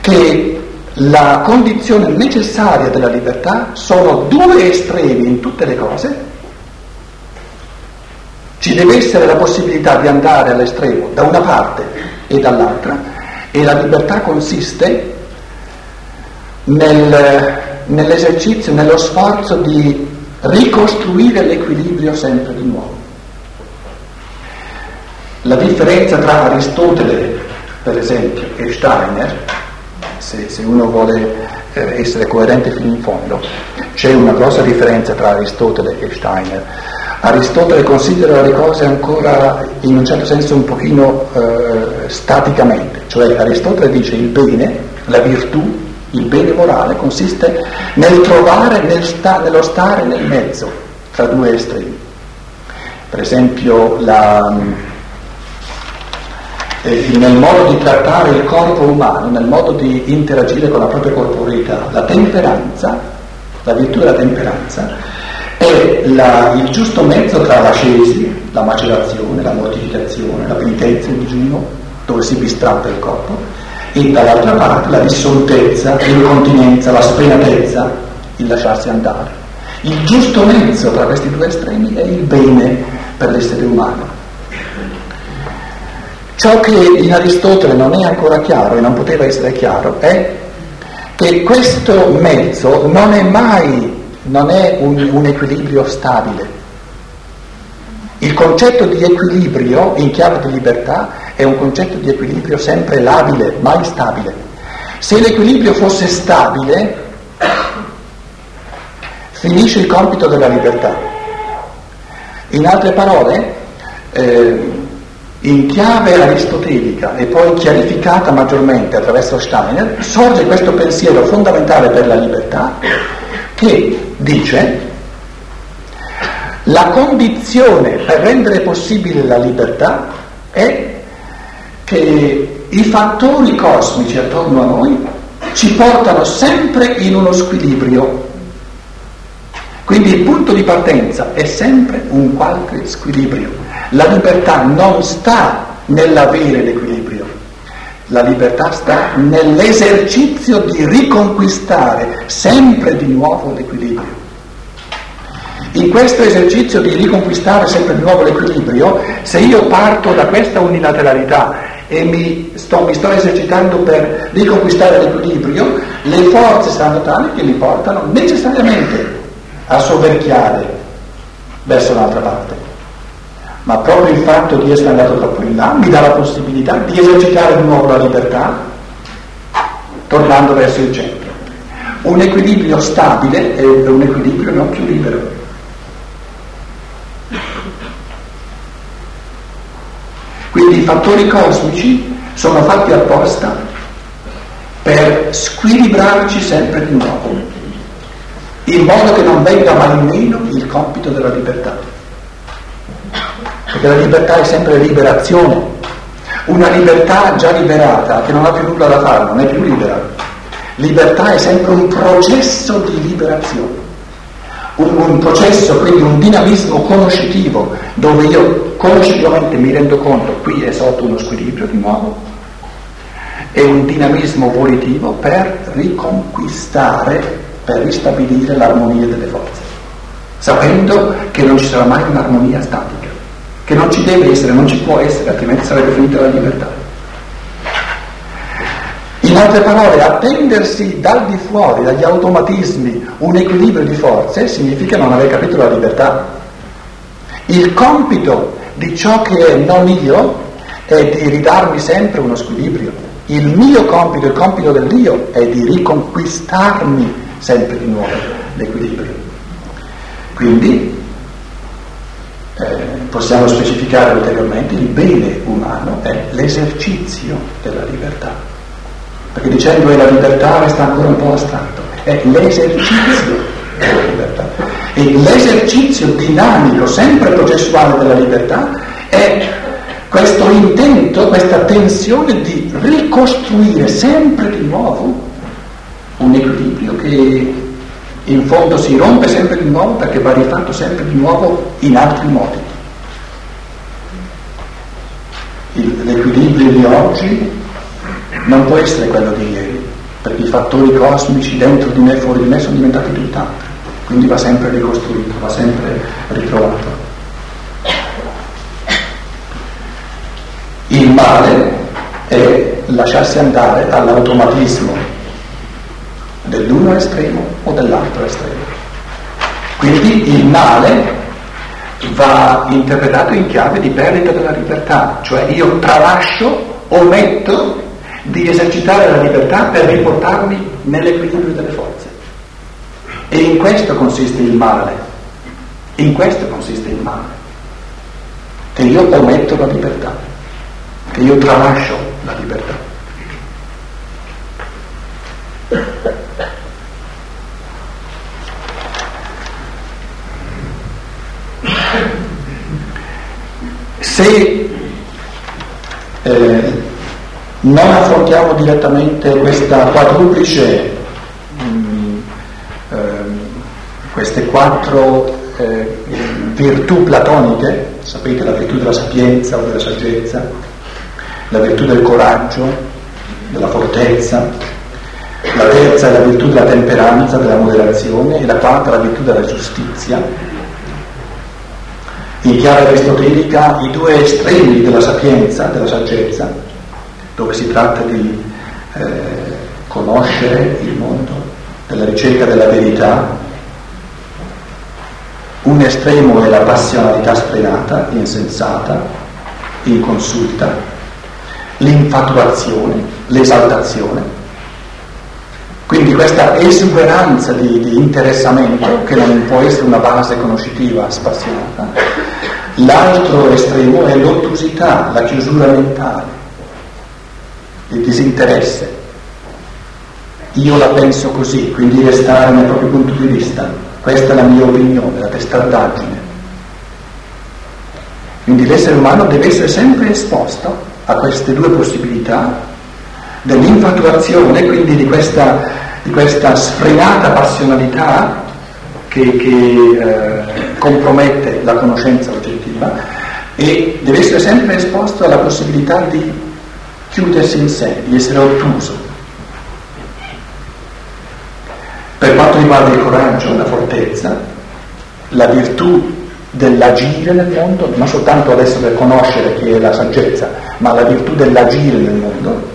che la condizione necessaria della libertà sono due estremi in tutte le cose. Ci deve essere la possibilità di andare all'estremo da una parte e dall'altra, e la libertà consiste nell'esercizio, nello sforzo di ricostruire l'equilibrio sempre di nuovo. La differenza tra Aristotele, per esempio, e Steiner, se uno vuole essere coerente fino in fondo, c'è una grossa differenza tra Aristotele e Steiner. Aristotele considera le cose ancora in un certo senso un pochino staticamente, cioè Aristotele dice il bene, la virtù, il bene morale consiste nel trovare, nello stare nel mezzo tra due estremi. Per esempio nel modo di trattare il corpo umano, nel modo di interagire con la propria corporeità, la temperanza, la virtù della temperanza è il giusto mezzo tra l'ascesi, la macerazione, la mortificazione, la penitenza, il digiuno, dove si bistrappa il corpo, e dall'altra parte la dissolutezza, l'incontinenza, la sfrenatezza, il lasciarsi andare. Il giusto mezzo tra questi due estremi è il bene per l'essere umano. Ciò che in Aristotele non è ancora chiaro e non poteva essere chiaro è che questo mezzo non è un equilibrio stabile. Il concetto di equilibrio in chiave di libertà è un concetto di equilibrio sempre labile, mai stabile. Se l'equilibrio fosse stabile, finisce il compito della libertà. In altre parole, in chiave aristotelica e poi chiarificata maggiormente attraverso Steiner, sorge questo pensiero fondamentale per la libertà che dice: la condizione per rendere possibile la libertà è che i fattori cosmici attorno a noi ci portano sempre in uno squilibrio. Quindi il punto di partenza è sempre un qualche squilibrio. La libertà non sta nell'avere l'equilibrio, la libertà sta nell'esercizio di riconquistare sempre di nuovo l'equilibrio. In questo esercizio di riconquistare sempre di nuovo l'equilibrio, se io parto da questa unilateralità e mi sto esercitando per riconquistare l'equilibrio, le forze saranno tali che mi portano necessariamente a soverchiare verso l'altra parte. Ma proprio il fatto di essere andato troppo in là mi dà la possibilità di esercitare di nuovo la libertà tornando verso il centro. Un equilibrio stabile è un equilibrio non più libero. Quindi i fattori cosmici sono fatti apposta per squilibrarci sempre di nuovo, in modo che non venga mai meno il compito della libertà. Perché la libertà è sempre liberazione. Una libertà già liberata, che non ha più nulla da fare, non è più libera. Libertà è sempre un processo di liberazione. Un processo, quindi un dinamismo conoscitivo, dove io conoscitivamente mi rendo conto, qui è sotto uno squilibrio di nuovo, è un dinamismo volitivo per riconquistare, per ristabilire l'armonia delle forze, sapendo che non ci sarà mai un'armonia statica, che non ci deve essere, non ci può essere, altrimenti sarebbe finita la libertà. In altre parole, attendersi dal di fuori, dagli automatismi, un equilibrio di forze significa non aver capito la libertà. Il compito di ciò che è non io è di ridarmi sempre uno squilibrio. Il mio compito, il compito dell'io, è di riconquistarmi sempre di nuovo l'equilibrio. Quindi possiamo specificare ulteriormente: il bene umano è l'esercizio della libertà. Perché dicendo è la libertà resta ancora un po' astratto, è l'esercizio della libertà. E l'esercizio dinamico, sempre processuale della libertà, è questo intento, questa tensione di ricostruire sempre di nuovo un equilibrio che in fondo si rompe sempre di nuovo perché va rifatto sempre di nuovo in altri modi. L'equilibrio di oggi non può essere quello di ieri, perché i fattori cosmici dentro di me e fuori di me sono diventati tutt'altro, quindi va sempre ricostruito, va sempre ritrovato. Il male è lasciarsi andare all'automatismo dell'uno estremo o dell'altro estremo. Quindi il male va interpretato in chiave di perdita della libertà, cioè io tralascio, ometto di esercitare la libertà per riportarmi nell'equilibrio delle forze. E in questo consiste il male, che io ometto la libertà, che io tralascio la libertà. Se non affrontiamo direttamente questa quadruplice, queste quattro virtù platoniche, sapete, la virtù della sapienza o della saggezza, la virtù del coraggio, della fortezza, la terza è la virtù della temperanza, della moderazione, e la quarta è la virtù della giustizia. In chiave aristotelica i due estremi della sapienza, della saggezza, dove si tratta di conoscere il mondo, della ricerca della verità. Un estremo è la passionalità sfrenata, insensata, inconsulta, l'infatuazione, l'esaltazione. Quindi questa esuberanza di interessamento, che non può essere una base conoscitiva spassionata. L'altro estremo è l'ottusità, la chiusura mentale, il disinteresse. Io la penso così, quindi restare nel proprio punto di vista. Questa è la mia opinione, la testardaggine. Quindi l'essere umano deve essere sempre esposto a queste due possibilità, dell'infatuazione, quindi di questa sfrenata passionalità che compromette la conoscenza oggettiva, e deve essere sempre esposto alla possibilità di chiudersi in sé, di essere ottuso. Per quanto riguarda il coraggio, la fortezza, la virtù dell'agire nel mondo, non soltanto adesso del conoscere, che è la saggezza, ma la virtù dell'agire nel mondo.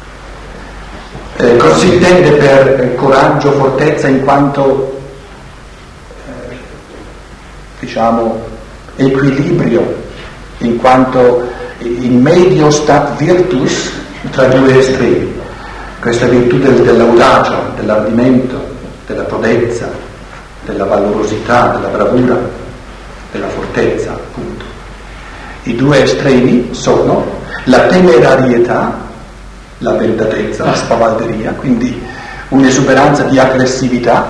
Cosa si intende per coraggio, fortezza, in quanto equilibrio, in quanto in medio stat virtus tra due estremi, questa virtù dell'audacia, dell'ardimento, della prodezza, della valorosità, della bravura, della fortezza, appunto. I due estremi sono la temerarietà, la ventatezza, la spavalderia, quindi un'esuberanza di aggressività,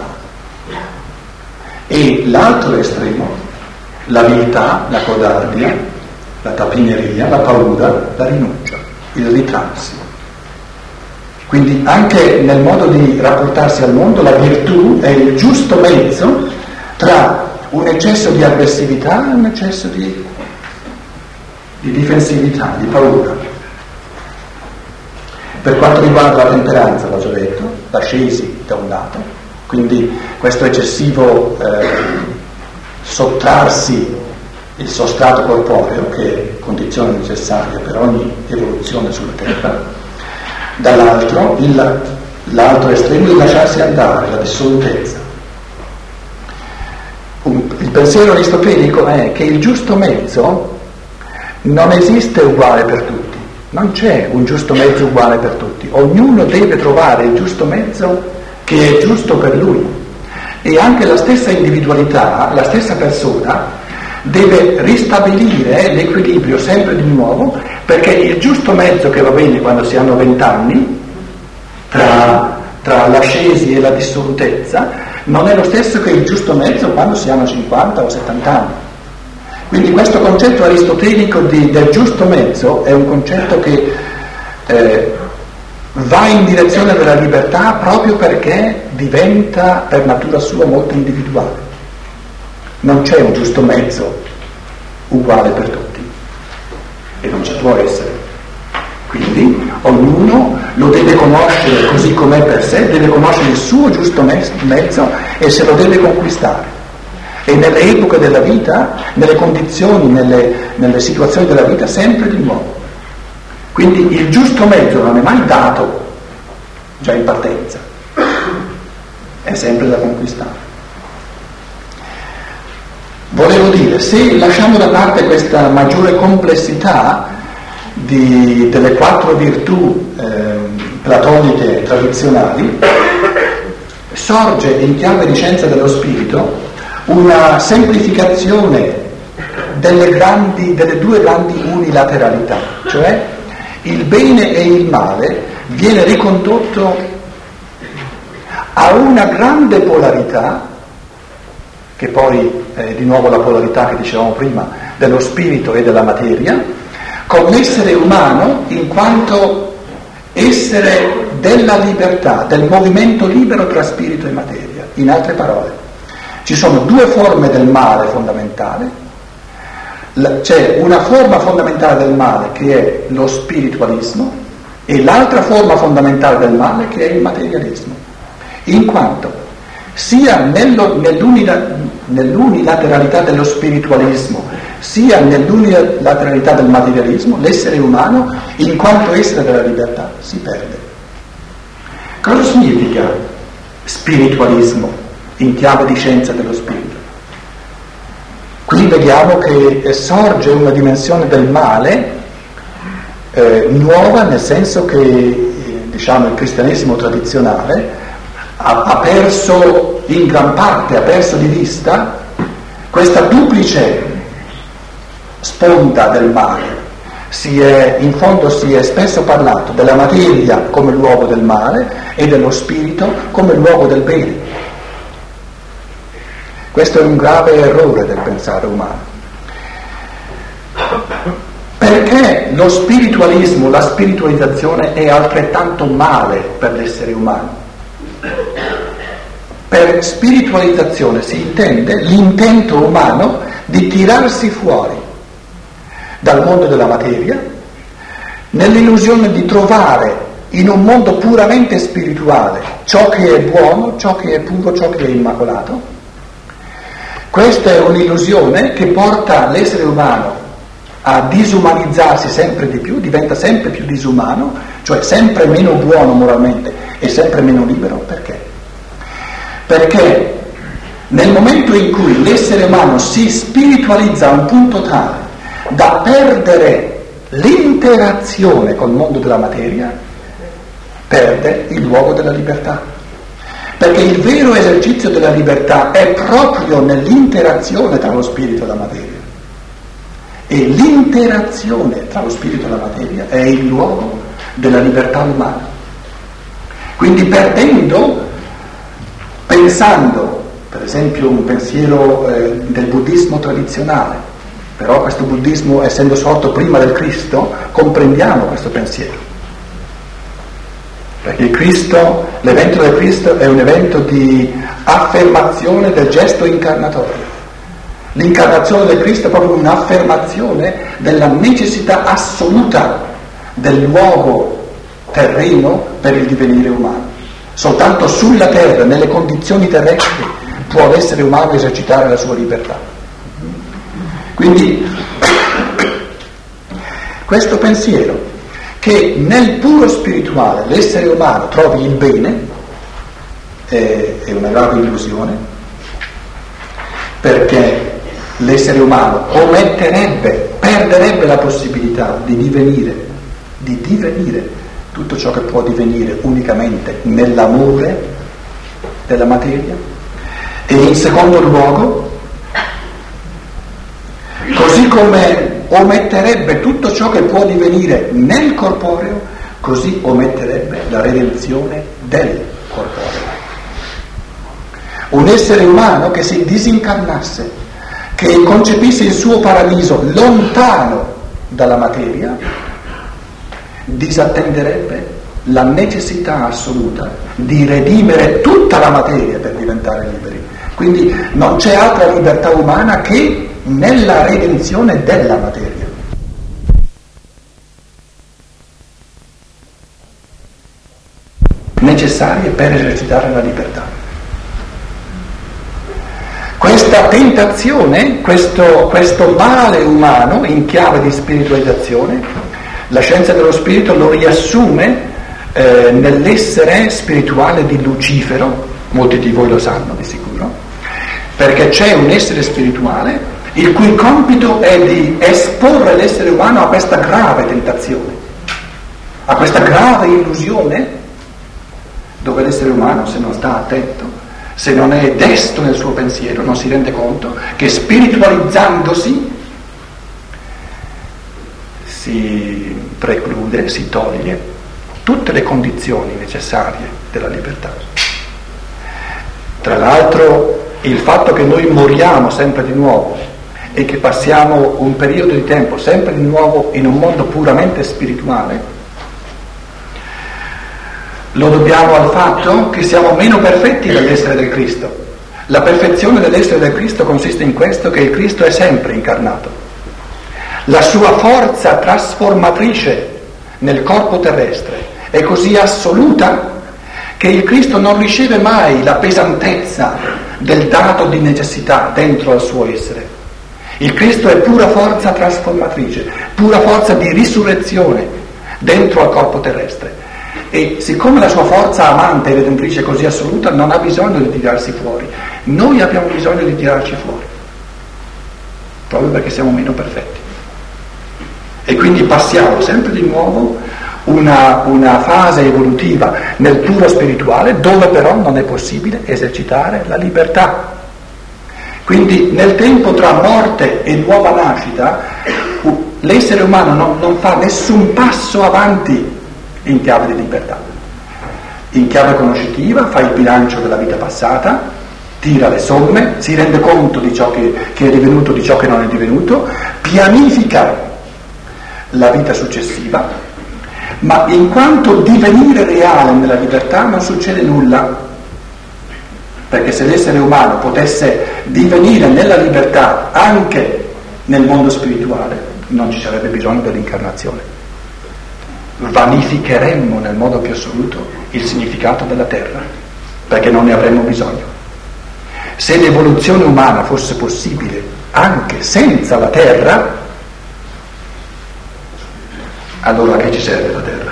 e l'altro estremo, la viltà, la codardia, la tapineria, la paura, la rinuncia, il ritrarsi. Quindi anche nel modo di rapportarsi al mondo la virtù è il giusto mezzo tra un eccesso di aggressività e un eccesso di difensività, di paura. Per quanto riguarda la temperanza, l'ho già detto, l'ascesi da un lato, quindi questo eccessivo sottrarsi il sostrato corporeo, che è condizione necessaria per ogni evoluzione sulla Terra. Dall'altro, l'altro estremo di lasciarsi andare, la dissolutezza. Il pensiero aristotelico è che il giusto mezzo non esiste uguale per tutti, non c'è un giusto mezzo uguale per tutti, ognuno deve trovare il giusto mezzo che è giusto per lui, e anche la stessa individualità, la stessa persona deve ristabilire l'equilibrio sempre di nuovo, perché il giusto mezzo che va bene quando si hanno 20 anni tra l'ascesi e la dissolutezza non è lo stesso che il giusto mezzo quando si hanno 50 o 70 anni. Quindi questo concetto aristotelico del giusto mezzo è un concetto che va in direzione della libertà, proprio perché diventa per natura sua molto individuale. Non c'è un giusto mezzo uguale per tutti, e non ci può essere. Quindi ognuno lo deve conoscere così com'è per sé, deve conoscere il suo giusto mezzo e se lo deve conquistare. E nelle epoche della vita, nelle condizioni, nelle situazioni della vita, sempre di nuovo. Quindi il giusto mezzo non è mai dato già in partenza, è sempre da conquistare. Volevo dire, se lasciamo da parte questa maggiore complessità delle 4 virtù platoniche tradizionali, sorge in chiave di scienza dello spirito una semplificazione delle 2 grandi unilateralità, cioè il bene e il male viene ricondotto a una grande polarità, che poi è di nuovo la polarità che dicevamo prima dello spirito e della materia, con l'essere umano in quanto essere della libertà, del movimento libero tra spirito e materia. In altre parole, ci sono 2 forme del male fondamentale. C'è una forma fondamentale del male che è lo spiritualismo e l'altra forma fondamentale del male che è il materialismo, in quanto sia nell'unilateralità dello spiritualismo sia nell'unilateralità del materialismo l'essere umano in quanto essere della libertà si perde. Cosa significa spiritualismo in chiave di scienza dello spirito? Qui vediamo che sorge una dimensione del male nuova, nel senso che diciamo il cristianesimo tradizionale ha perso in gran parte, ha perso di vista questa duplice sponda del male. In fondo si è spesso parlato della materia come luogo del male e dello spirito come luogo del bene. Questo è un grave errore del pensare umano, perché lo spiritualismo, la spiritualizzazione è altrettanto male per l'essere umano. Per spiritualizzazione si intende l'intento umano di tirarsi fuori dal mondo della materia nell'illusione di trovare in un mondo puramente spirituale ciò che è buono, ciò che è puro, ciò che è immacolato. Questa è un'illusione che porta l'essere umano a disumanizzarsi sempre di più, diventa sempre più disumano, cioè sempre meno buono moralmente e sempre meno libero. Perché? Perché nel momento in cui l'essere umano si spiritualizza a un punto tale da perdere l'interazione col mondo della materia, perde il luogo della libertà. Perché il vero esercizio della libertà è proprio nell'interazione tra lo spirito e la materia. E l'interazione tra lo spirito e la materia è il luogo della libertà umana. Quindi pensando, per esempio, un pensiero del buddismo tradizionale, però questo buddismo essendo sorto prima del Cristo, comprendiamo questo pensiero. Perché l'evento del Cristo è un evento di affermazione del gesto incarnatorio. L'incarnazione del Cristo è proprio un'affermazione della necessità assoluta del luogo terreno per il divenire umano. Soltanto sulla terra, nelle condizioni terrestri, può l'essere umano esercitare la sua libertà. Quindi questo pensiero che nel puro spirituale l'essere umano trovi il bene è una grave illusione, perché l'essere umano perderebbe la possibilità di divenire tutto ciò che può divenire unicamente nell'amore della materia. E in secondo luogo, così come ometterebbe tutto ciò che può divenire nel corporeo, così ometterebbe la redenzione del corporeo. Un essere umano che si disincarnasse, che concepisse il suo paradiso lontano dalla materia, disattenderebbe la necessità assoluta di redimere tutta la materia per diventare liberi. Quindi non c'è altra libertà umana che nella redenzione della materia. necessarie per esercitare la libertà. Questa tentazione, questo male umano in chiave di spiritualizzazione, la scienza dello spirito lo riassume nell'essere spirituale di Lucifero, molti di voi lo sanno di sicuro, perché c'è un essere spirituale il cui compito è di esporre l'essere umano a questa grave tentazione, a questa grave illusione, dove l'essere umano, se non sta attento, se non è desto nel suo pensiero, non si rende conto che spiritualizzandosi si preclude, si toglie tutte le condizioni necessarie della libertà. Tra l'altro il fatto che noi moriamo sempre di nuovo e che passiamo un periodo di tempo sempre di nuovo in un mondo puramente spirituale, lo dobbiamo al fatto che siamo meno perfetti dell'essere del Cristo. La perfezione dell'essere del Cristo consiste in questo, che il Cristo è sempre incarnato. La sua forza trasformatrice nel corpo terrestre è così assoluta che il Cristo non riceve mai la pesantezza del dato di necessità dentro al suo essere. Il Cristo è pura forza trasformatrice, pura forza di risurrezione dentro al corpo terrestre. E siccome la sua forza amante e redentrice è così assoluta, non ha bisogno di tirarsi fuori. Noi abbiamo bisogno di tirarci fuori, proprio perché siamo meno perfetti. E quindi passiamo sempre di nuovo una fase evolutiva nel puro spirituale, dove però non è possibile esercitare la libertà. Quindi nel tempo tra morte e nuova nascita l'essere umano non fa nessun passo avanti in chiave di libertà. In chiave conoscitiva fa il bilancio della vita passata, tira le somme, si rende conto di ciò che è divenuto, di ciò che non è divenuto, pianifica la vita successiva, ma in quanto divenire reale nella libertà non succede nulla, perché se l'essere umano potesse divenire nella libertà anche nel mondo spirituale, non ci sarebbe bisogno dell'incarnazione. Vanificheremmo nel modo più assoluto il significato della terra, perché non ne avremmo bisogno. Se l'evoluzione umana fosse possibile anche senza la terra, allora a che ci serve la terra?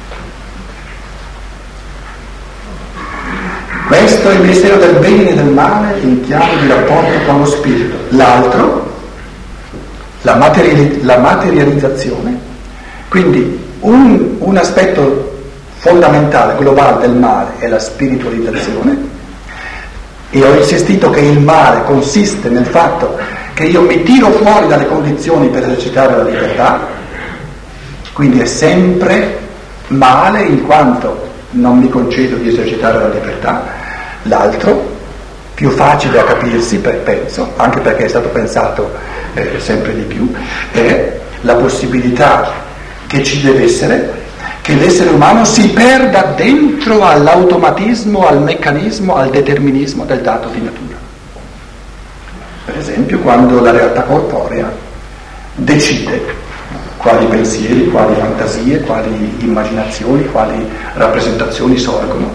Questo è il mistero del bene e del male in chiave di rapporto con lo spirito. L'altro, la materializzazione, quindi un aspetto fondamentale, globale del male è la spiritualizzazione, e ho insistito che il male consiste nel fatto che io mi tiro fuori dalle condizioni per esercitare la libertà. Quindi è sempre male in quanto non mi concedo di esercitare la libertà. L'altro, più facile a capirsi, penso, anche perché è stato pensato sempre di più, è la possibilità che ci deve essere che l'essere umano si perda dentro all'automatismo, al meccanismo, al determinismo del dato di natura. Per esempio quando la realtà corporea decide quali pensieri, quali fantasie, quali immaginazioni, quali rappresentazioni sorgono.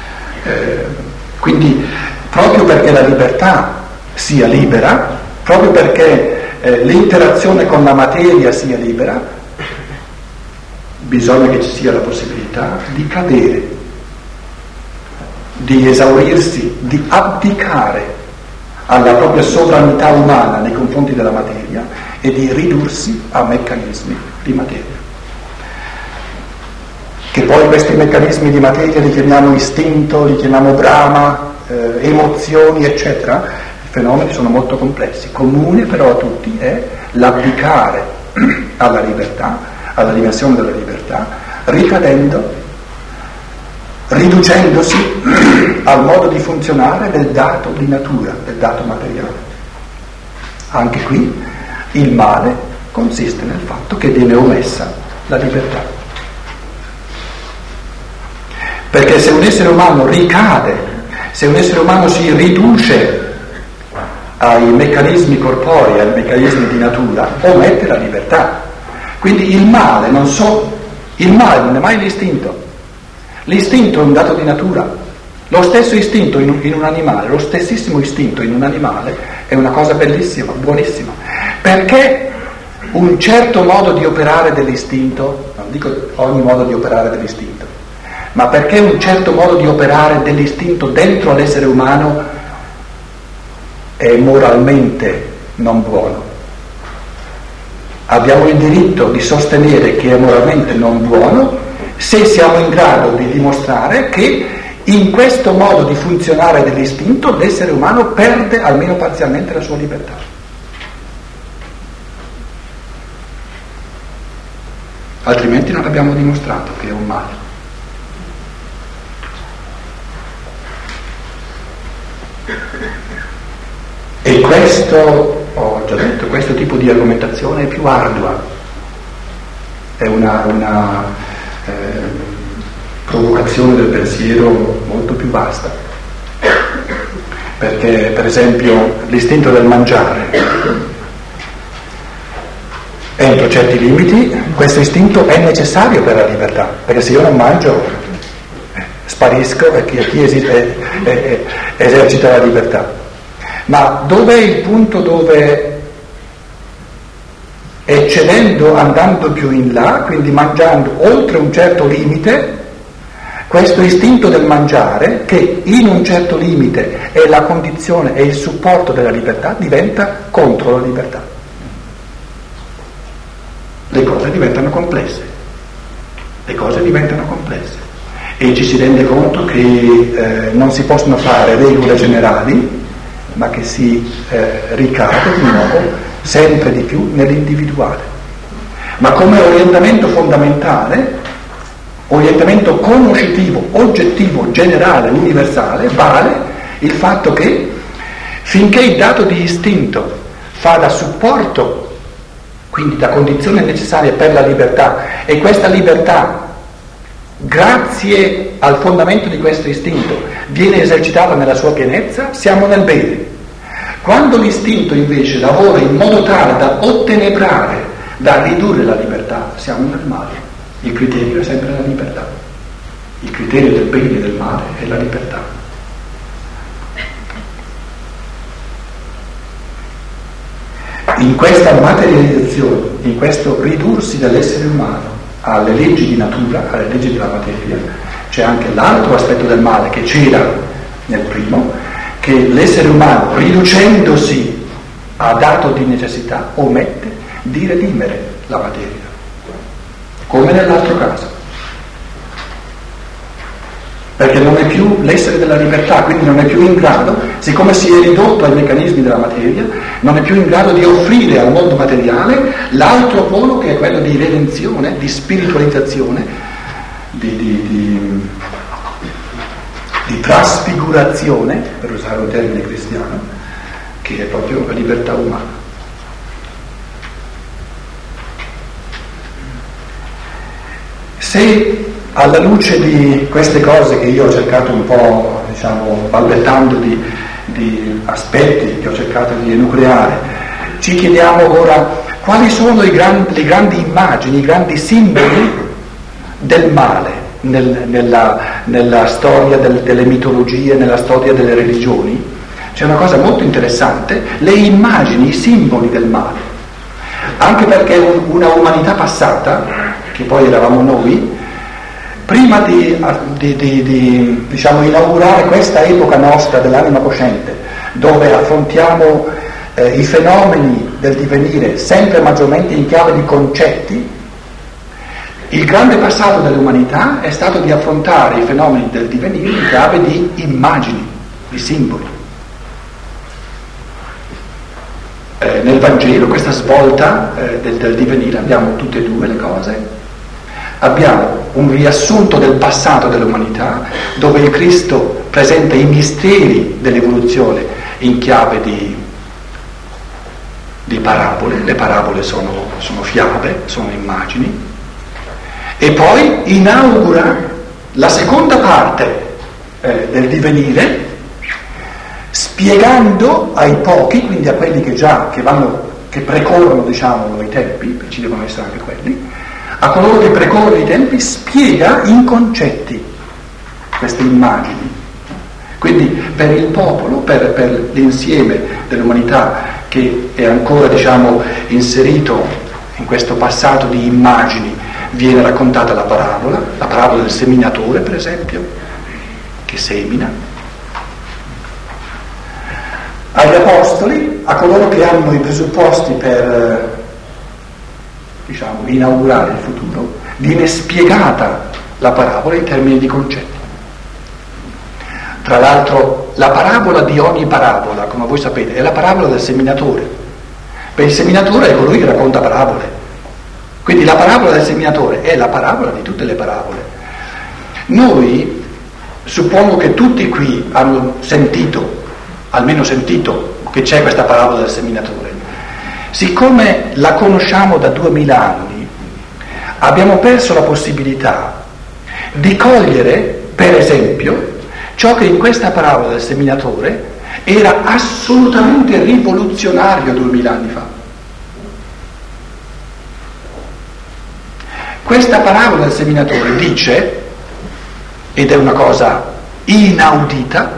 Quindi proprio perché la libertà sia libera, proprio perché l'interazione con la materia sia libera, bisogna che ci sia la possibilità di cadere, di esaurirsi, di abdicare alla propria sovranità umana nei confronti della materia e di ridursi a meccanismi di materia. Che poi questi meccanismi di materia li chiamiamo istinto, li chiamiamo brama, emozioni, eccetera. I fenomeni sono molto complessi. Comune però a tutti è l'abdicare alla libertà, alla dimensione della libertà, ricadendo, riducendosi al modo di funzionare del dato di natura, del dato materiale. Anche qui il male consiste nel fatto che viene omessa la libertà. Perché se un essere umano ricade, se un essere umano si riduce ai meccanismi corporei, ai meccanismi di natura, omette la libertà. Quindi il male non è mai l'istinto, L'istinto è un dato di natura. Lo stesso istinto in un animale, lo stessissimo istinto in un animale è una cosa bellissima, buonissima. Perché un certo modo di operare dell'istinto, non dico ogni modo di operare dell'istinto, ma perché un certo modo di operare dell'istinto dentro all'essere umano è moralmente non buono. Abbiamo il diritto di sostenere che è moralmente non buono se siamo in grado di dimostrare che in questo modo di funzionare dell'istinto l'essere umano perde almeno parzialmente la sua libertà. Altrimenti non abbiamo dimostrato che è un male. E questo, ho già detto, questo tipo di argomentazione è più ardua, è una provocazione del pensiero molto più vasta, perché per esempio l'istinto del mangiare, entro certi limiti questo istinto è necessario per la libertà, perché se io non mangio sparisco e chi esercita la libertà. Ma dov'è il punto dove, eccedendo, andando più in là, quindi mangiando oltre un certo limite, questo istinto del mangiare, che in un certo limite è la condizione, è il supporto della libertà, diventa contro la libertà. Le cose diventano complesse, e ci si rende conto che non si possono fare regole generali, ma che si ricade di nuovo sempre di più nell'individuale. Ma come orientamento fondamentale, orientamento conoscitivo, oggettivo, generale, universale, vale il fatto che finché il dato di istinto fa da supporto, quindi da condizione necessaria per la libertà, e questa libertà, grazie al fondamento di questo istinto, viene esercitata nella sua pienezza, siamo nel bene. Quando l'istinto invece lavora in modo tale da ottenebrare, da ridurre la libertà, siamo nel male. Il criterio è sempre la libertà. Il criterio del bene e del male è la libertà. In questa materializzazione, in questo ridursi dell'essere umano alle leggi di natura, alle leggi della materia, c'è anche l'altro aspetto del male che c'era nel primo, che l'essere umano, riducendosi a dato di necessità, omette di redimere la materia, come nell'altro caso, perché non è più l'essere della libertà, quindi non è più in grado, siccome si è ridotto ai meccanismi della materia, non è più in grado di offrire al mondo materiale l'altro polo, che è quello di redenzione, di spiritualizzazione, di trasfigurazione, per usare un termine cristiano, che è proprio la libertà umana. Se alla luce di queste cose che io ho cercato un po', balbettando di aspetti che ho cercato di enucleare, ci chiediamo ora quali sono le grandi immagini, i grandi simboli del male nella storia delle mitologie, nella storia delle religioni. C'è una cosa molto interessante, le immagini, i simboli del male, anche perché una umanità passata, che poi eravamo noi, prima di inaugurare questa epoca nostra dell'anima cosciente, dove affrontiamo i fenomeni del divenire sempre maggiormente in chiave di concetti, il grande passato dell'umanità è stato di affrontare i fenomeni del divenire in chiave di immagini, di simboli. Nel Vangelo questa svolta del divenire abbiamo tutte e due le cose. Abbiamo un riassunto del passato dell'umanità, dove il Cristo presenta i misteri dell'evoluzione in chiave di parabole. Le parabole sono fiabe, sono immagini, e poi inaugura la seconda parte del divenire, spiegando ai pochi, quindi a quelli che precorrono i tempi, ci devono essere anche quelli, a coloro che precorrono i tempi, spiega in concetti queste immagini. Quindi per il popolo, per l'insieme dell'umanità che è ancora, inserito in questo passato di immagini, viene raccontata la parabola del seminatore, per esempio, che semina. Agli apostoli, a coloro che hanno i presupposti per, inaugurare il futuro, viene spiegata la parabola in termini di concetti. Tra l'altro, la parabola di ogni parabola, come voi sapete, è la parabola del seminatore. Il seminatore è colui che racconta parabole. Quindi la parabola del seminatore è la parabola di tutte le parabole. Noi, suppongo che tutti qui hanno almeno sentito che c'è questa parabola del seminatore. Siccome la conosciamo da 2000 anni, abbiamo perso la possibilità di cogliere, per esempio, ciò che in questa parabola del seminatore era assolutamente rivoluzionario 2000 anni fa. Questa parabola del seminatore dice, ed è una cosa inaudita,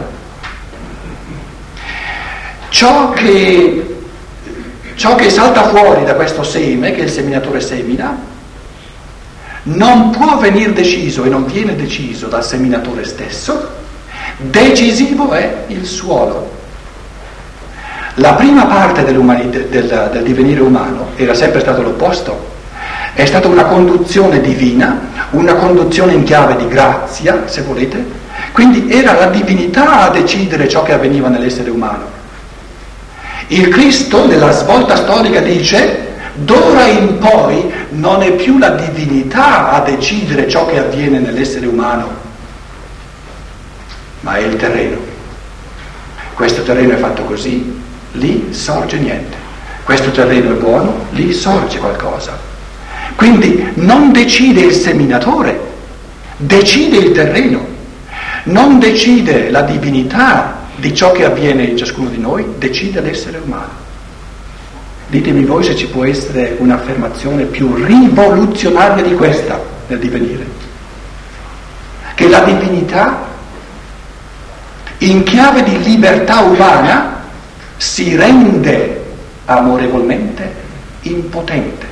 ciò che salta fuori da questo seme che il seminatore semina non può venire deciso e non viene deciso dal seminatore stesso. Decisivo è il suolo. La prima parte del divenire umano era sempre stato l'opposto. È stata una conduzione divina, una conduzione in chiave di grazia, se volete. Quindi era la divinità a decidere ciò che avveniva nell'essere umano. Il Cristo nella svolta storica dice: d'ora in poi non è più la divinità a decidere ciò che avviene nell'essere umano, ma è il terreno. Questo terreno è fatto così, lì sorge niente. Questo terreno è buono, lì sorge qualcosa. Quindi non decide il seminatore, decide il terreno. Non decide la divinità di ciò che avviene in ciascuno di noi, decide l'essere umano. Ditemi voi se ci può essere un'affermazione più rivoluzionaria di questa nel divenire. Che la divinità, in chiave di libertà umana, si rende amorevolmente impotente.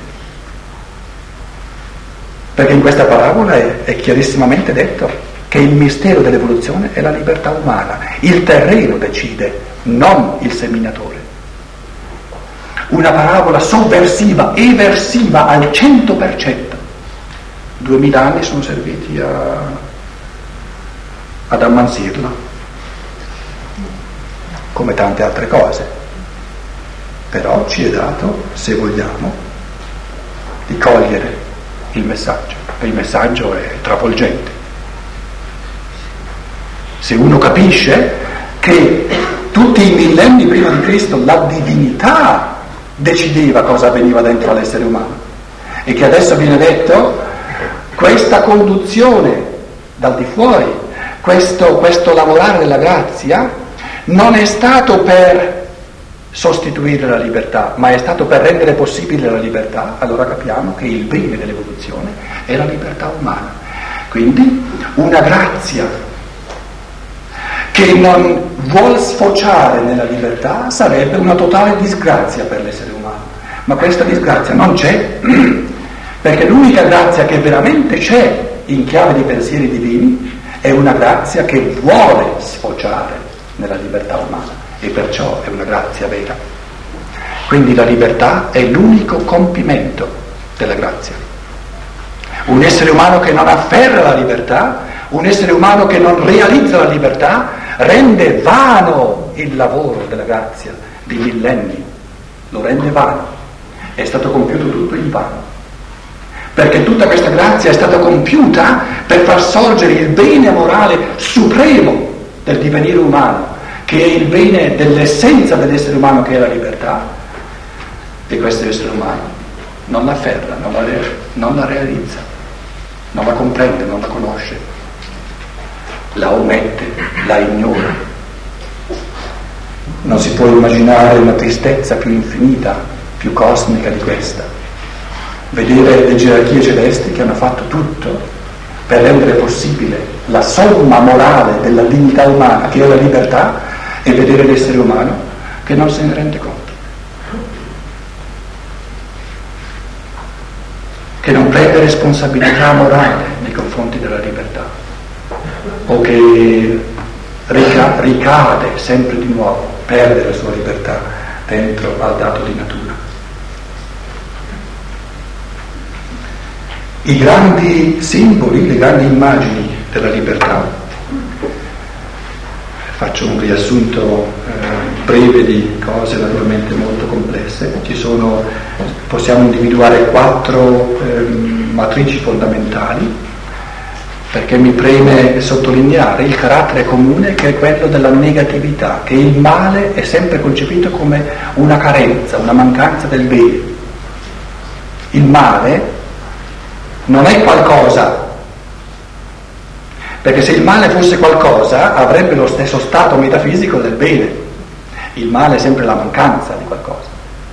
Perché in questa parabola è chiarissimamente detto che il mistero dell'evoluzione è la libertà umana. Il terreno decide, non il seminatore. Una parabola sovversiva, eversiva al 100%. 2000 anni sono serviti ad ammansirla, come tante altre cose. Però ci è dato, se vogliamo, di cogliere il messaggio, e il messaggio è travolgente. Se uno capisce che tutti i millenni prima di Cristo la divinità decideva cosa avveniva dentro all'essere umano e che adesso viene detto questa conduzione dal di fuori, questo lavorare della grazia non è stato per sostituire la libertà, ma è stato per rendere possibile la libertà. Allora capiamo che il bene dell'evoluzione è la libertà umana. Quindi una grazia che non vuol sfociare nella libertà sarebbe una totale disgrazia per l'essere umano. Ma questa disgrazia non c'è, perché l'unica grazia che veramente c'è in chiave di pensieri divini è una grazia che vuole sfociare nella libertà umana. E perciò è una grazia vera. Quindi la libertà è l'unico compimento della grazia. Un essere umano che non afferra la libertà, un essere umano che non realizza la libertà, rende vano il lavoro della grazia di millenni, lo rende vano. È stato compiuto tutto in vano. Perché tutta questa grazia è stata compiuta per far sorgere il bene morale supremo del divenire umano, che è il bene dell'essenza dell'essere umano, che è la libertà, e questo essere umano non la afferra, non la realizza, non la comprende, non la conosce, la omette, la ignora. Non si può immaginare una tristezza più infinita, più cosmica di questa. Vedere le gerarchie celesti che hanno fatto tutto per rendere possibile la somma morale della dignità umana, che è la libertà, e vedere l'essere umano che non se ne rende conto, che non prende responsabilità morale nei confronti della libertà, o che ricade sempre di nuovo, perde la sua libertà dentro al dato di natura. I grandi simboli, le grandi immagini della libertà, faccio un riassunto breve di cose naturalmente molto complesse. Possiamo individuare 4 matrici fondamentali, perché mi preme sottolineare il carattere comune, che è quello della negatività, che il male è sempre concepito come una carenza, una mancanza del bene. Il male non è qualcosa, perché se il male fosse qualcosa avrebbe lo stesso stato metafisico del bene. Il male è sempre la mancanza di qualcosa,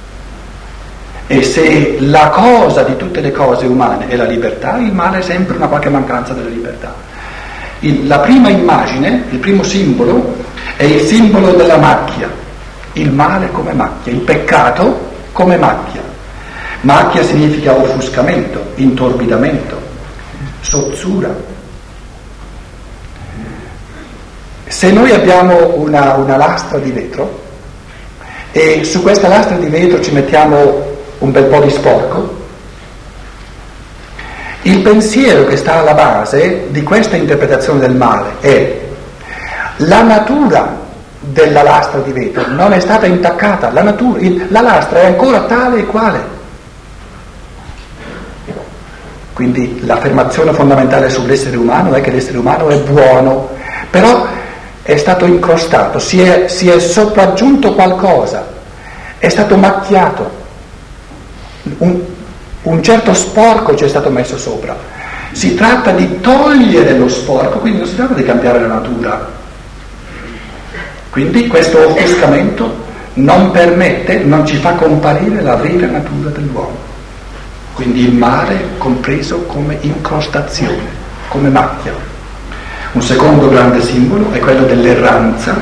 e se la cosa di tutte le cose umane è la libertà, il male è sempre una qualche mancanza della libertà. La prima immagine, il primo simbolo, è il simbolo della macchia, il male come macchia, il peccato come macchia. Macchia significa offuscamento, intorbidamento, sozzura. Se noi abbiamo una lastra di vetro e su questa lastra di vetro ci mettiamo un bel po' di sporco, il pensiero che sta alla base di questa interpretazione del male è: la natura della lastra di vetro non è stata intaccata, la lastra è ancora tale e quale. Quindi l'affermazione fondamentale sull'essere umano è che l'essere umano è buono, però è stato incrostato, si è sopraggiunto qualcosa, è stato macchiato, un certo sporco ci è stato messo sopra. Si tratta di togliere lo sporco, quindi non si tratta di cambiare la natura. Quindi questo offuscamento non ci fa comparire la vera natura dell'uomo. Quindi il male compreso come incrostazione, come macchia. Un secondo grande simbolo è quello dell'erranza,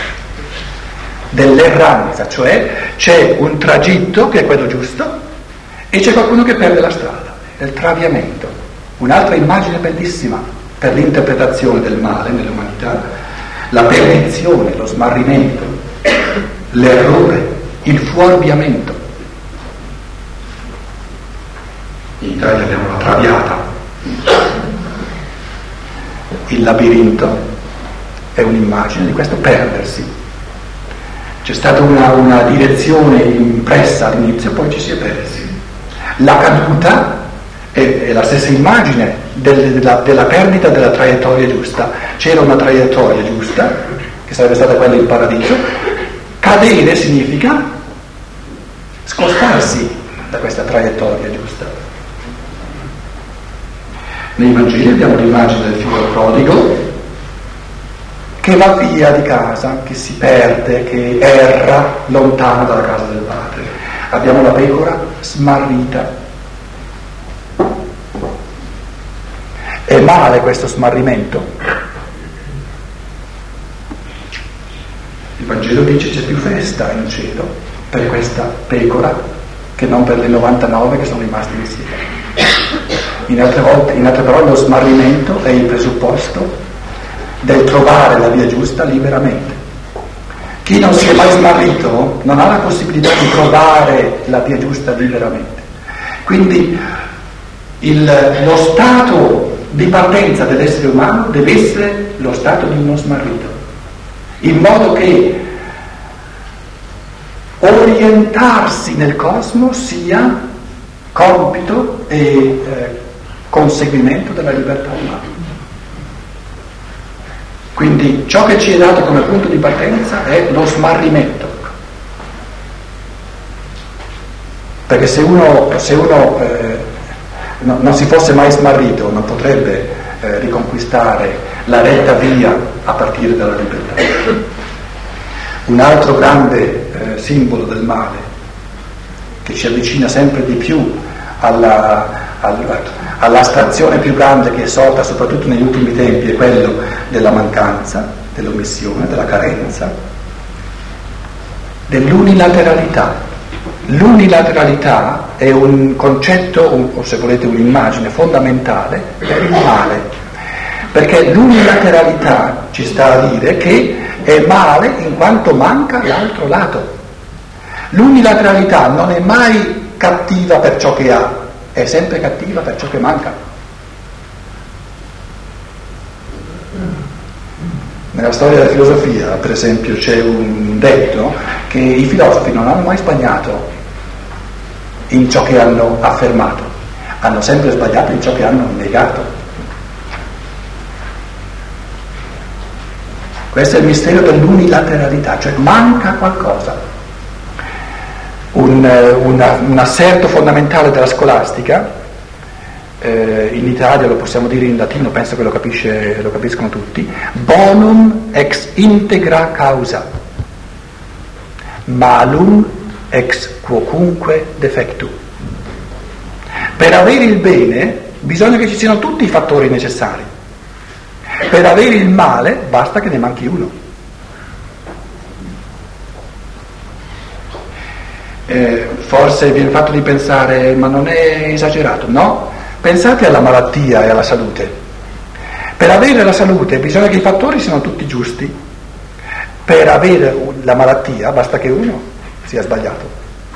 cioè c'è un tragitto che è quello giusto e c'è qualcuno che perde la strada, è il traviamento. Un'altra immagine bellissima per l'interpretazione del male nell'umanità: la perdizione, lo smarrimento, l'errore, il fuorviamento. In Italia abbiamo la traviata. Il labirinto è un'immagine di questo perdersi. C'è stata una direzione impressa all'inizio, poi ci si è persi. La caduta è la stessa immagine della perdita della traiettoria giusta. C'era una traiettoria giusta, che sarebbe stata quella in paradiso. Cadere significa scostarsi da questa traiettoria giusta. Nei Vangeli abbiamo l'immagine del figlio prodigo che va via di casa, che si perde, che erra lontano dalla casa del padre. Abbiamo la pecora smarrita. È male questo smarrimento? Il Vangelo dice c'è più festa in cielo per questa pecora che non per le 99 che sono rimaste insieme. In altre parole, lo smarrimento è il presupposto del trovare la via giusta liberamente. Chi non si è mai smarrito non ha la possibilità di trovare la via giusta liberamente. Quindi lo stato di partenza dell'essere umano deve essere lo stato di uno smarrito, in modo che orientarsi nel cosmo sia compito e conseguimento della libertà umana. Quindi ciò che ci è dato come punto di partenza è lo smarrimento, perché se uno non si fosse mai smarrito non potrebbe riconquistare la retta via a partire dalla libertà. Un altro grande simbolo del male che ci avvicina sempre di più alla all'astrazione più grande che è sorta soprattutto negli ultimi tempi, è quello della mancanza, dell'omissione, della carenza, dell'unilateralità. L'unilateralità è un concetto, o se volete un'immagine fondamentale per il male, perché l'unilateralità ci sta a dire che è male in quanto manca l'altro lato. L'unilateralità non è mai cattiva per ciò che ha, è sempre cattiva per ciò che manca. Nella storia della filosofia, per esempio, c'è un detto che i filosofi non hanno mai sbagliato in ciò che hanno affermato, hanno sempre sbagliato in ciò che hanno negato. Questo è il mistero dell'unilateralità, cioè manca qualcosa. Un asserto fondamentale della scolastica, in Italia lo possiamo dire in latino, penso che lo capiscono tutti: bonum ex integra causa, malum ex quocunque defectu. Per avere il bene bisogna che ci siano tutti i fattori necessari, per avere il male basta che ne manchi uno. Forse viene fatto di pensare, ma non è esagerato? No, pensate alla malattia e alla salute. Per avere la salute bisogna che i fattori siano tutti giusti, per avere la malattia basta che uno sia sbagliato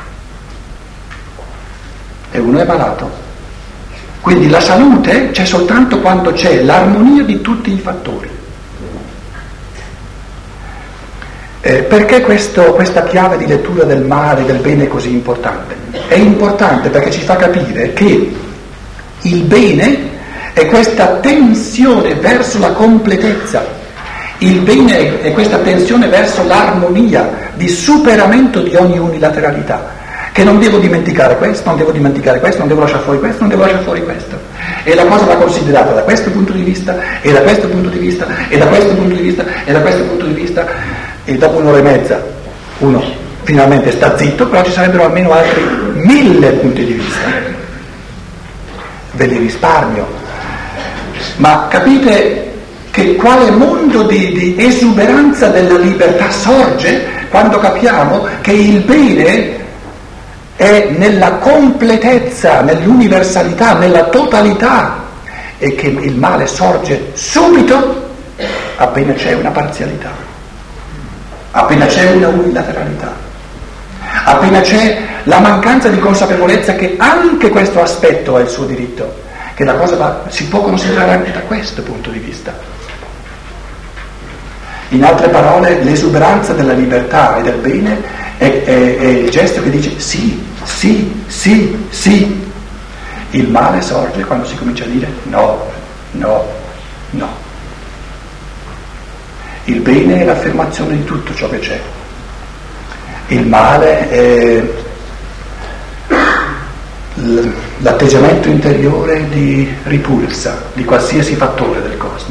e uno è malato. Quindi la salute c'è soltanto quando c'è l'armonia di tutti i fattori. Perché questa chiave di lettura del male e del bene è così importante? È importante perché ci fa capire che il bene è questa tensione verso la completezza, il bene è questa tensione verso l'armonia di superamento di ogni unilateralità, che non devo dimenticare questo, non devo dimenticare questo, non devo lasciare fuori questo, non devo lasciare fuori questo. E la cosa va considerata da questo punto di vista, e da questo punto di vista, e da questo punto di vista, e da questo punto di vista. E dopo un'ora e mezza uno finalmente sta zitto, però ci sarebbero almeno altri 1000 punti di vista. Ve li risparmio. Ma capite che quale mondo di esuberanza della libertà sorge quando capiamo che il bene è nella completezza, nell'universalità, nella totalità, e che il male sorge subito appena c'è una parzialità. Appena c'è una unilateralità, appena c'è la mancanza di consapevolezza che anche questo aspetto ha il suo diritto, che la cosa si può considerare anche da questo punto di vista. In altre parole, l'esuberanza della libertà e del bene è il gesto che dice sì, sì, sì, sì. Il male sorge quando si comincia a dire no, no, no. Il bene è l'affermazione di tutto ciò che c'è. Il male è l'atteggiamento interiore di ripulsa di qualsiasi fattore del cosmo.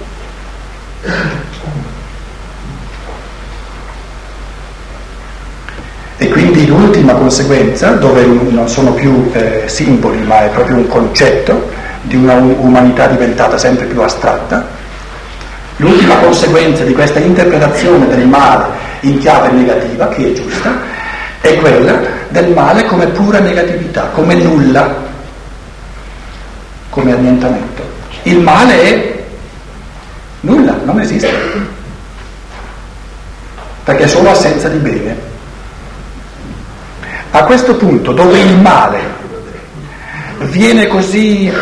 E quindi l'ultima conseguenza, dove non sono più simboli ma è proprio un concetto di una umanità diventata sempre più astratta, l'ultima conseguenza di questa interpretazione del male in chiave negativa, che è giusta, è quella del male come pura negatività, come nulla, come annientamento. Il male è nulla, non esiste, perché è solo assenza di bene. A questo punto, dove il male viene così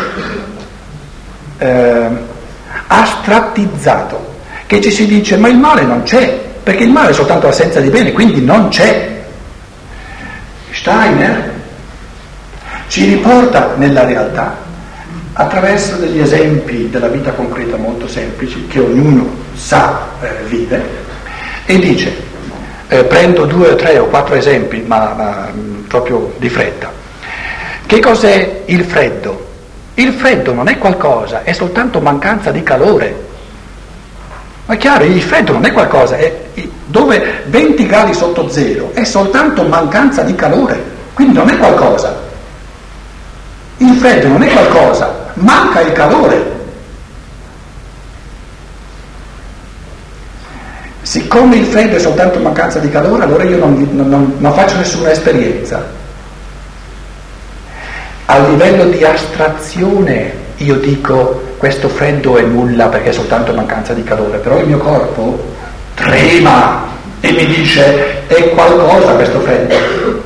astrattizzato, che ci si dice ma il male non c'è, perché il male è soltanto assenza di bene, quindi non c'è. Steiner ci riporta nella realtà attraverso degli esempi della vita concreta molto semplici che ognuno sa, vive, e dice, prendo 2 o 3 o 4 esempi ma proprio di fretta. Che cos'è il freddo? Il freddo non è qualcosa, è soltanto mancanza di calore. Ma è chiaro, il freddo non è qualcosa, dove 20 gradi sotto zero è soltanto mancanza di calore, quindi non è qualcosa. Il freddo non è qualcosa, manca il calore. Siccome il freddo è soltanto mancanza di calore, allora io non faccio nessuna esperienza. A livello di astrazione io dico questo freddo è nulla perché è soltanto mancanza di calore, però il mio corpo trema e mi dice è qualcosa questo freddo.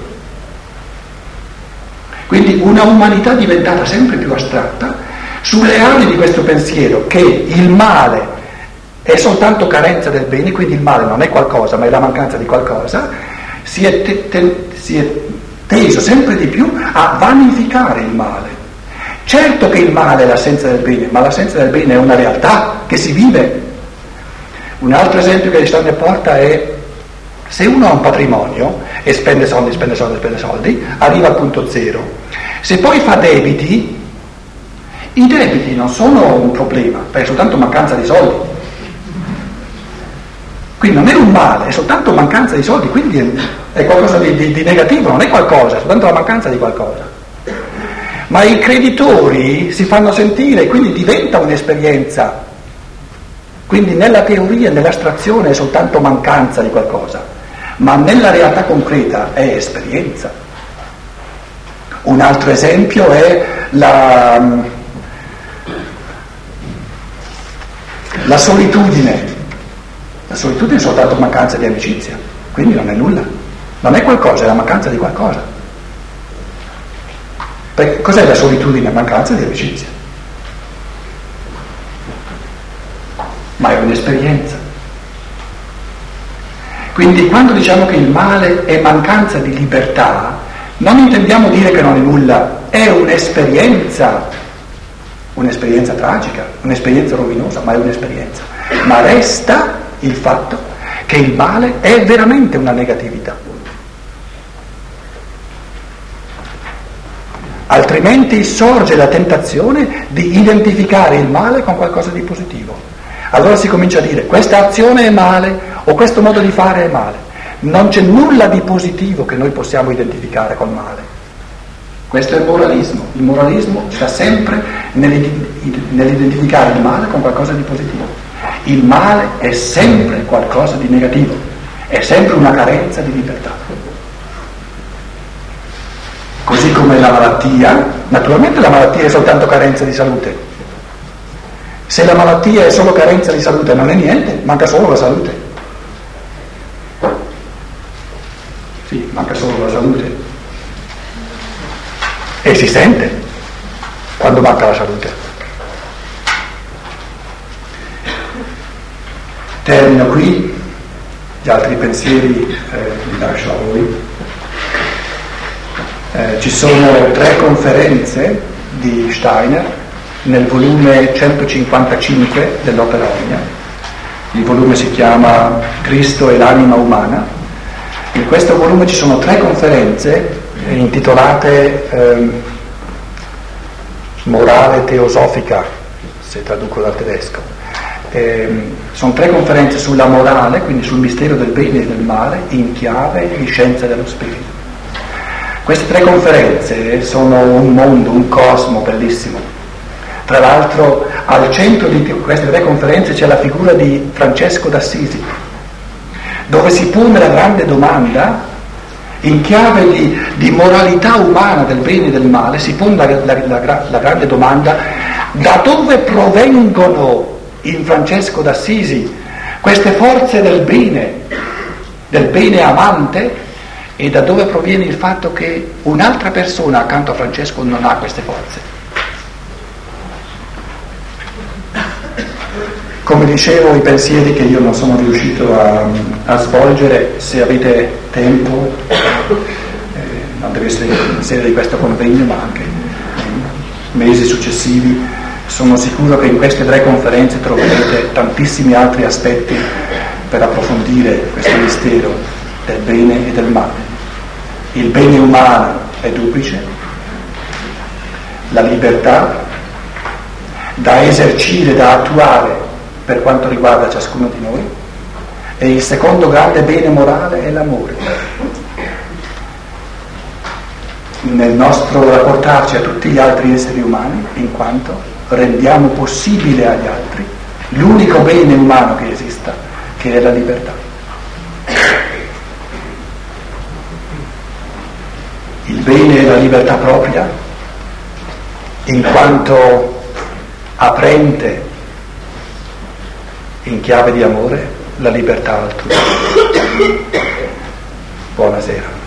Quindi una umanità diventata sempre più astratta sulle ali di questo pensiero che il male è soltanto carenza del bene, quindi il male non è qualcosa ma è la mancanza di qualcosa, si è teso sempre di più a vanificare il male. Certo che il male è l'assenza del bene, ma l'assenza del bene è una realtà che si vive. Un altro esempio che Steiner porta è: se uno ha un patrimonio e spende soldi, arriva al punto zero. Se poi fa debiti, i debiti non sono un problema, perché è soltanto mancanza di soldi. Quindi non è un male, è soltanto mancanza di soldi, quindi è qualcosa di negativo, non è qualcosa, è soltanto la mancanza di qualcosa. Ma i creditori si fanno sentire, quindi diventa un'esperienza. Quindi nella teoria, nell'astrazione è soltanto mancanza di qualcosa, ma nella realtà concreta è esperienza. Un altro esempio è la solitudine. La solitudine è soltanto mancanza di amicizia, quindi non è nulla, non è qualcosa, è la mancanza di qualcosa. Perché cos'è la solitudine? Mancanza di amicizia. Ma è un'esperienza. Quindi quando diciamo che il male è mancanza di libertà, non intendiamo dire che non è nulla, è un'esperienza tragica, un'esperienza rovinosa, ma è un'esperienza. Ma resta il fatto che il male è veramente una negatività. Altrimenti sorge la tentazione di identificare il male con qualcosa di positivo. Allora si comincia a dire questa azione è male o questo modo di fare è male. Non c'è nulla di positivo che noi possiamo identificare col male. Questo è il moralismo. Il moralismo sta sempre nell'identificare il male con qualcosa di positivo. Il male è sempre qualcosa di negativo, è sempre una carenza di libertà. Così come la malattia, naturalmente la malattia è soltanto carenza di salute. Se la malattia è solo carenza di salute non è niente, manca solo la salute. Sì, manca solo la salute. E si sente quando manca la salute. Termino qui, gli altri pensieri li lascio a voi. Ci sono 3 conferenze di Steiner nel volume 155 dell'Opera Omnia. Il volume si chiama Cristo e l'anima umana. In questo volume ci sono 3 conferenze intitolate Morale teosofica, se traduco dal tedesco. Sono 3 conferenze sulla morale, quindi sul mistero del bene e del male, in chiave di scienza dello spirito. Queste 3 conferenze sono un mondo, un cosmo bellissimo. Tra l'altro al centro di queste 3 conferenze c'è la figura di Francesco d'Assisi, dove si pone la grande domanda, in chiave di moralità umana del bene e del male, si pone la grande domanda: da dove provengono in Francesco d'Assisi queste forze del bene amante, e da dove proviene il fatto che un'altra persona accanto a Francesco non ha queste forze? Come dicevo, i pensieri che io non sono riuscito a svolgere, se avete tempo, non deve essere in sede di questo convegno ma anche nei mesi successivi, sono sicuro che in queste 3 conferenze troverete tantissimi altri aspetti per approfondire questo mistero del bene e del male. Il bene umano è duplice: la libertà da esercire, da attuare per quanto riguarda ciascuno di noi, e il secondo grande bene morale è l'amore. nel nostro rapportarci a tutti gli altri esseri umani, in quanto rendiamo possibile agli altri l'unico bene umano che esista, che è la libertà. Il bene è la libertà propria, in quanto aprente in chiave di amore la libertà altrui. Buonasera.